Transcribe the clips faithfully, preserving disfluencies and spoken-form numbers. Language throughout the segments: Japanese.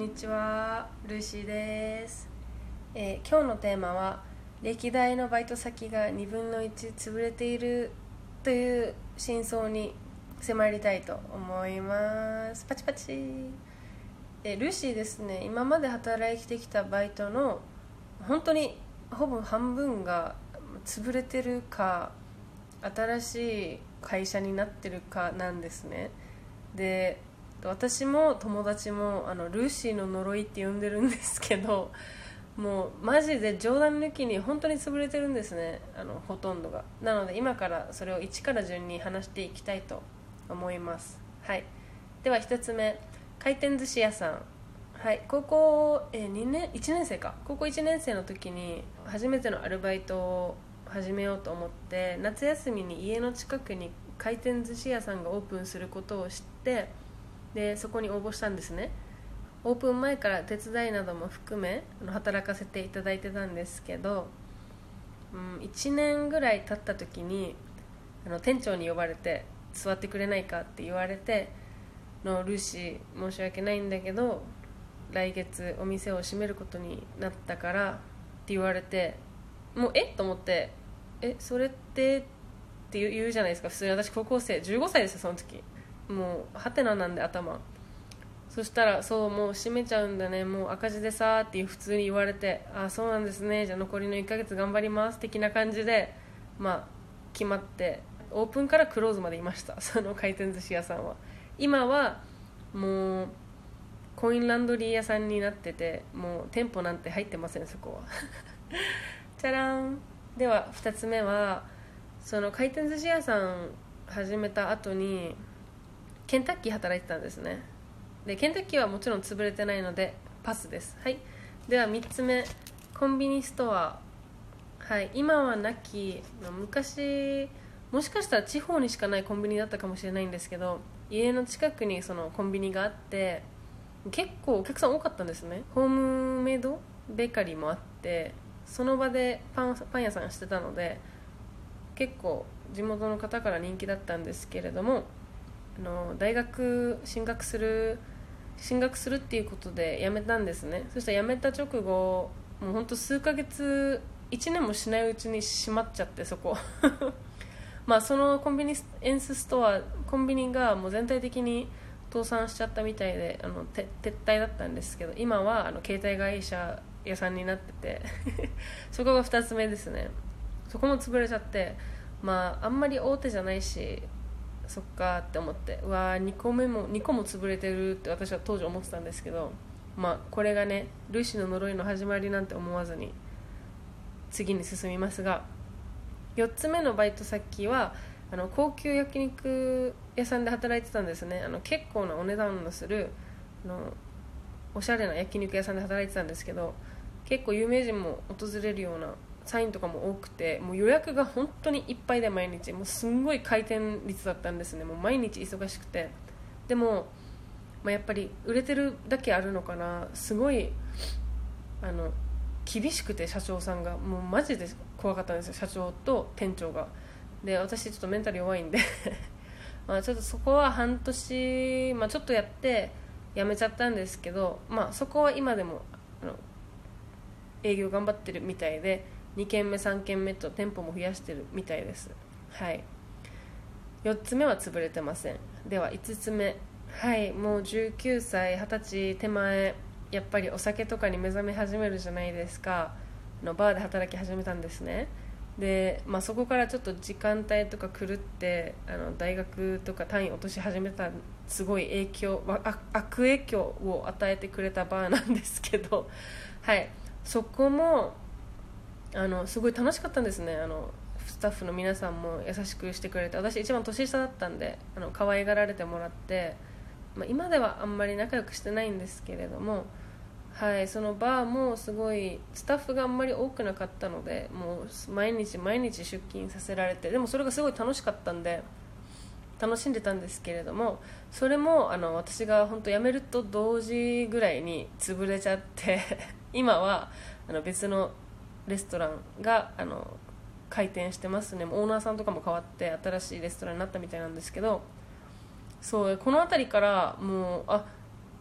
にちは、ルーシーです、えー今日のテーマは歴代のバイト先がにぶんのいち潰れているという真相に迫りたいと思います。パチパチ、えールーシーですね、今まで働いてきたバイトの本当にほぼ半分が潰れてるか新しい会社になってるかなんですね。で私も友達もあのルーシーの呪いって呼んでるんですけど、もうマジで冗談抜きに本当に潰れてるんですね、あのほとんどが。なので今からそれをいちから順に話していきたいと思います。はい、ではひとつめ、回転寿司屋さん。はい、高校、えー、にねんいちねん生か高校いちねん生の時に初めてのアルバイトを始めようと思って、夏休みに家の近くに回転寿司屋さんがオープンすることを知って、でそこに応募したんですね。オープン前から手伝いなども含め働かせていただいてたんですけど、うん、いちねんぐらい経った時にあの店長に呼ばれて、座ってくれないかって言われての、ルーシー申し訳ないんだけど来月お店を閉めることになったからって言われて、もうえっと思って、えそれってって言うじゃないですか普通に。私高校生じゅうごさいですよその時。もうハテナなんで頭。そしたら、そうもう閉めちゃうんだね、もう赤字でさーって普通に言われて、あそうなんですね、じゃあ残りのいっかげつ頑張ります的な感じで、まあ決まってオープンからクローズまでいましたその回転寿司屋さんは。今はもうコインランドリー屋さんになってて、もう店舗なんて入ってませんそこはじゃらん。ではふたつめは、その回転寿司屋さん始めた後にケンタッキー働いてたんですね。でケンタッキーはもちろん潰れてないのでパスです。はい、ではみっつめ、コンビニストア。はい、今はなき、昔もしかしたら地方にしかないコンビニだったかもしれないんですけど、家の近くにそのコンビニがあって、結構お客さん多かったんですね。ホームメイドベーカリーもあって、その場でパン、パン屋さんしてたので結構地元の方から人気だったんですけれども、あの大学進学する進学するっていうことで辞めたんですね。そしたら辞めた直後、もうほんと数ヶ月いちねんもしないうちに閉まっちゃって、そこまあそのコンビニエンスストアコンビニがもう全体的に倒産しちゃったみたいで、あの撤退だったんですけど、今はあの携帯会社屋さんになっててそこがふたつめですね。そこも潰れちゃって、まああんまり大手じゃないし、そっかって思って、うわーにこめもにこも潰れてるって私は当時思ってたんですけど、まあこれがねルーシーの呪いの始まりなんて思わずに次に進みますが、よっつめのバイト先はあの高級焼肉屋さんで働いてたんですね。あの結構なお値段のするあのおしゃれな焼肉屋さんで働いてたんですけど、結構有名人も訪れるようなサインとかも多くて、もう予約が本当にいっぱいで、毎日もうすんごい回転率だったんですね。もう毎日忙しくて、でも、まあ、やっぱり売れてるだけあるのかな、すごいあの厳しくて、社長さんがもうマジで怖かったんですよ、社長と店長が。で私ちょっとメンタル弱いんでまあちょっとそこは半年、まあ、ちょっとやって辞めちゃったんですけど、まあ、そこは今でもあの営業頑張ってるみたいで、にけんめさんけんめと店舗も増やしてるみたいです。はい、よっつめは潰れてません。ではいつつめ、はい、もうじゅうきゅうさいはたち手前、やっぱりお酒とかに目覚め始めるじゃないですか。のバーで働き始めたんですね。で、まあ、そこからちょっと時間帯とか狂って、あの大学とか単位落とし始めた、すごい影響悪影響を与えてくれたバーなんですけどはい、そこもあのすごい楽しかったんですね。あのスタッフの皆さんも優しくしてくれて、私一番年下だったんであの可愛がられてもらって、まあ、今ではあんまり仲良くしてないんですけれども、はい、そのバーもすごいスタッフがあんまり多くなかったので、もう毎日毎日出勤させられて、でもそれがすごい楽しかったんで楽しんでたんですけれども、それもあの私が本当辞めると同時ぐらいに潰れちゃって今はあの別のレストランがあの開店してますね。オーナーさんとかも変わって新しいレストランになったみたいなんですけど、そうこの辺りからもうあ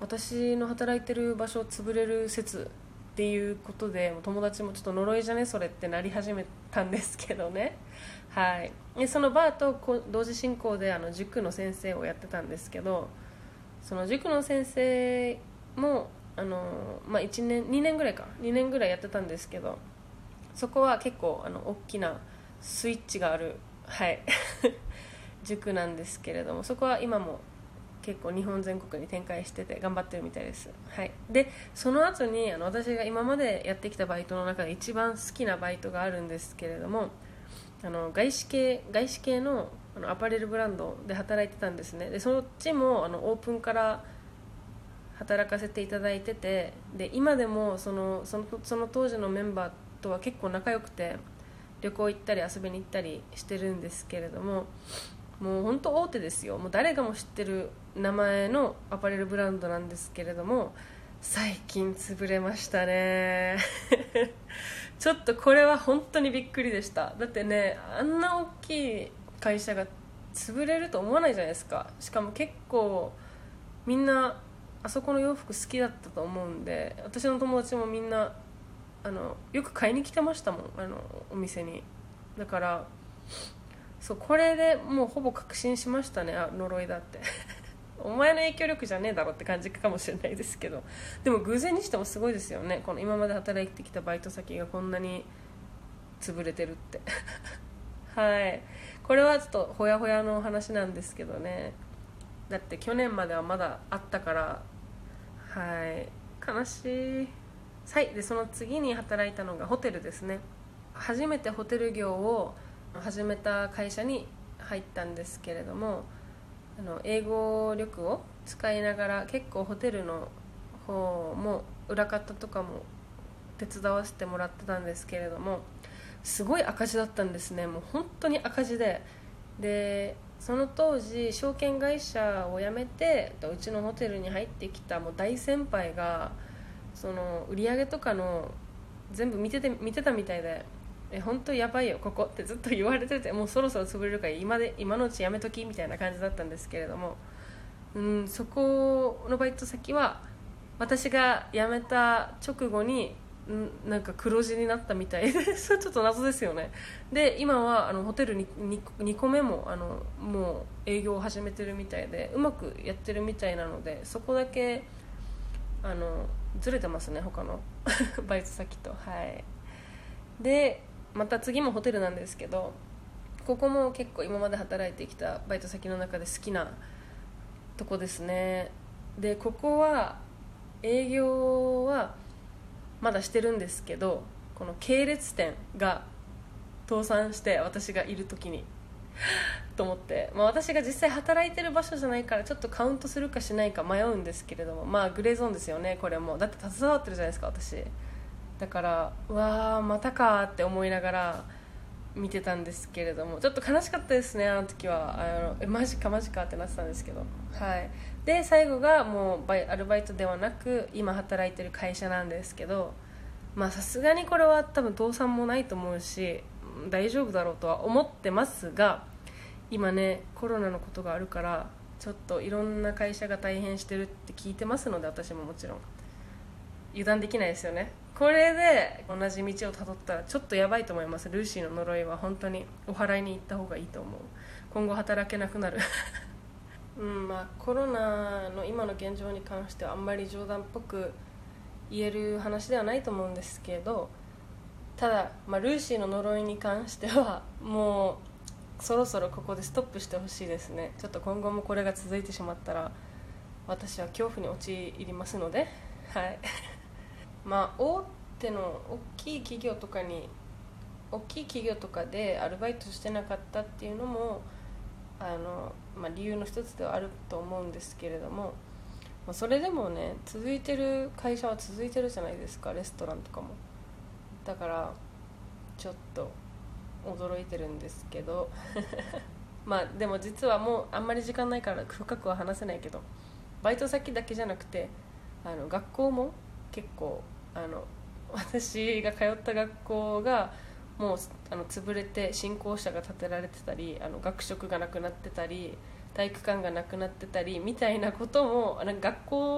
私の働いてる場所潰れる説っていうことで、友達もちょっと呪いじゃねそれってなり始めたんですけどね。はい、でそのバーとこ同時進行であの塾の先生をやってたんですけど、その塾の先生もあの、まあ、いちねんにねんぐらいかにねんぐらいやってたんですけど、そこは結構あの大きなスイッチがある、はい塾なんですけれども、そこは今も結構日本全国に展開してて頑張ってるみたいです。はい、でその後にあの私が今までやってきたバイトの中で一番好きなバイトがあるんですけれども、あの外資系外資系のあのアパレルブランドで働いてたんですね。でそっちもあのオープンから働かせていただいてて、で今でもそのそのその当時のメンバーとは結構仲良くて、旅行行ったり遊びに行ったりしてるんですけれども、もう本当大手ですよ。もう誰がも知ってる名前のアパレルブランドなんですけれども、最近潰れましたねちょっとこれは本当にびっくりでした。だってね、あんな大きい会社が潰れると思わないじゃないですか。しかも結構みんなあそこの洋服好きだったと思うんで、私の友達もみんなあのよく買いに来てましたもん、あのお店に。だからそう、これでもうほぼ確信しましたね、あ呪いだってお前の影響力じゃねえだろって感じかもしれないですけど、でも偶然にしてもすごいですよね。この今まで働いてきたバイト先がこんなに潰れてるってはい、これはちょっとほやほやの話なんですけどね。だって去年まではまだあったから、はい、悲しい。はい、でその次に働いたのがホテルですね。初めてホテル業を始めた会社に入ったんですけれども、あの英語力を使いながら結構ホテルの方も裏方とかも手伝わせてもらってたんですけれども、すごい赤字だったんですね。もう本当に赤字で、でその当時証券会社を辞めてうちのホテルに入ってきたもう大先輩がその売り上げとかの全部見てて見てたみたいで、え本当やばいよここってずっと言われてて、もうそろそろ潰れるから今で今のうちやめときみたいな感じだったんですけれども、うん、そこのバイト先は私が辞めた直後にんなんか黒字になったみたいでそれちょっと謎ですよね。で今はあのホテルに 2, 個目もあのもう営業を始めてるみたいで、うまくやってるみたいなので、そこだけあのずれてますね他のバイト先と。はいでまた次もホテルなんですけど、ここも結構今まで働いてきたバイト先の中で好きなとこですね。でここは営業はまだしてるんですけど、この系列店が倒産して、私がいる時にと思って、まあ、私が実際働いてる場所じゃないからちょっとカウントするかしないか迷うんですけれども、まあグレーゾーンですよねこれも。だって携わってるじゃないですか私。だからうわーまたかって思いながら見てたんですけれども、ちょっと悲しかったですねあの時は。あのえマジかマジかってなってたんですけど、はいで最後がもうバイアルバイトではなく今働いてる会社なんですけど、まあさすがにこれは多分倒産もないと思うし大丈夫だろうとは思ってますが、今ねコロナのことがあるからちょっといろんな会社が大変してるって聞いてますので、私ももちろん油断できないですよね。これで同じ道をたどったらちょっとやばいと思います。ルーシーの呪いは本当にお祓いに行った方がいいと思う。今後働けなくなるうんまあコロナの今の現状に関してはあんまり冗談っぽく言える話ではないと思うんですけど、ただ、まあ、ルーシーの呪いに関してはもうそろそろここでストップしてほしいですね。ちょっと今後もこれが続いてしまったら私は恐怖に陥りますので、はいまあ大手の大きい企業とかに大きい企業とかでアルバイトしてなかったっていうのもあの、まあ、理由の一つではあると思うんですけれども、まあ、それでもね続いてる会社は続いてるじゃないですか、レストランとかも。だからちょっと驚いてるんですけどまあでも実はもうあんまり時間ないから深くは話せないけど、バイト先だけじゃなくてあの学校も結構あの私が通った学校がもうあの潰れて新校舎が建てられてたり、あの学食がなくなってたり体育館がなくなってたりみたいなことも、なんか学校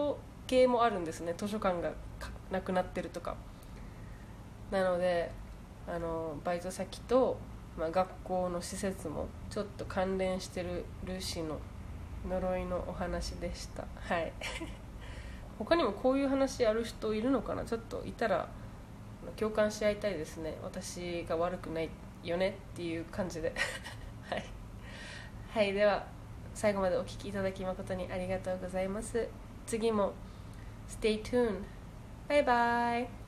系もあるんですね。図書館がなくなってるとか。なのであのバイト先と、まあ、学校の施設もちょっと関連してるルーシーの呪いのお話でした。はい他にもこういう話ある人いるのかな。ちょっといたら共感し合いたいですね。私が悪くないよねっていう感じではい、はい、では最後までお聞きいただき誠にありがとうございます。次も Stay tuned。バイバイ。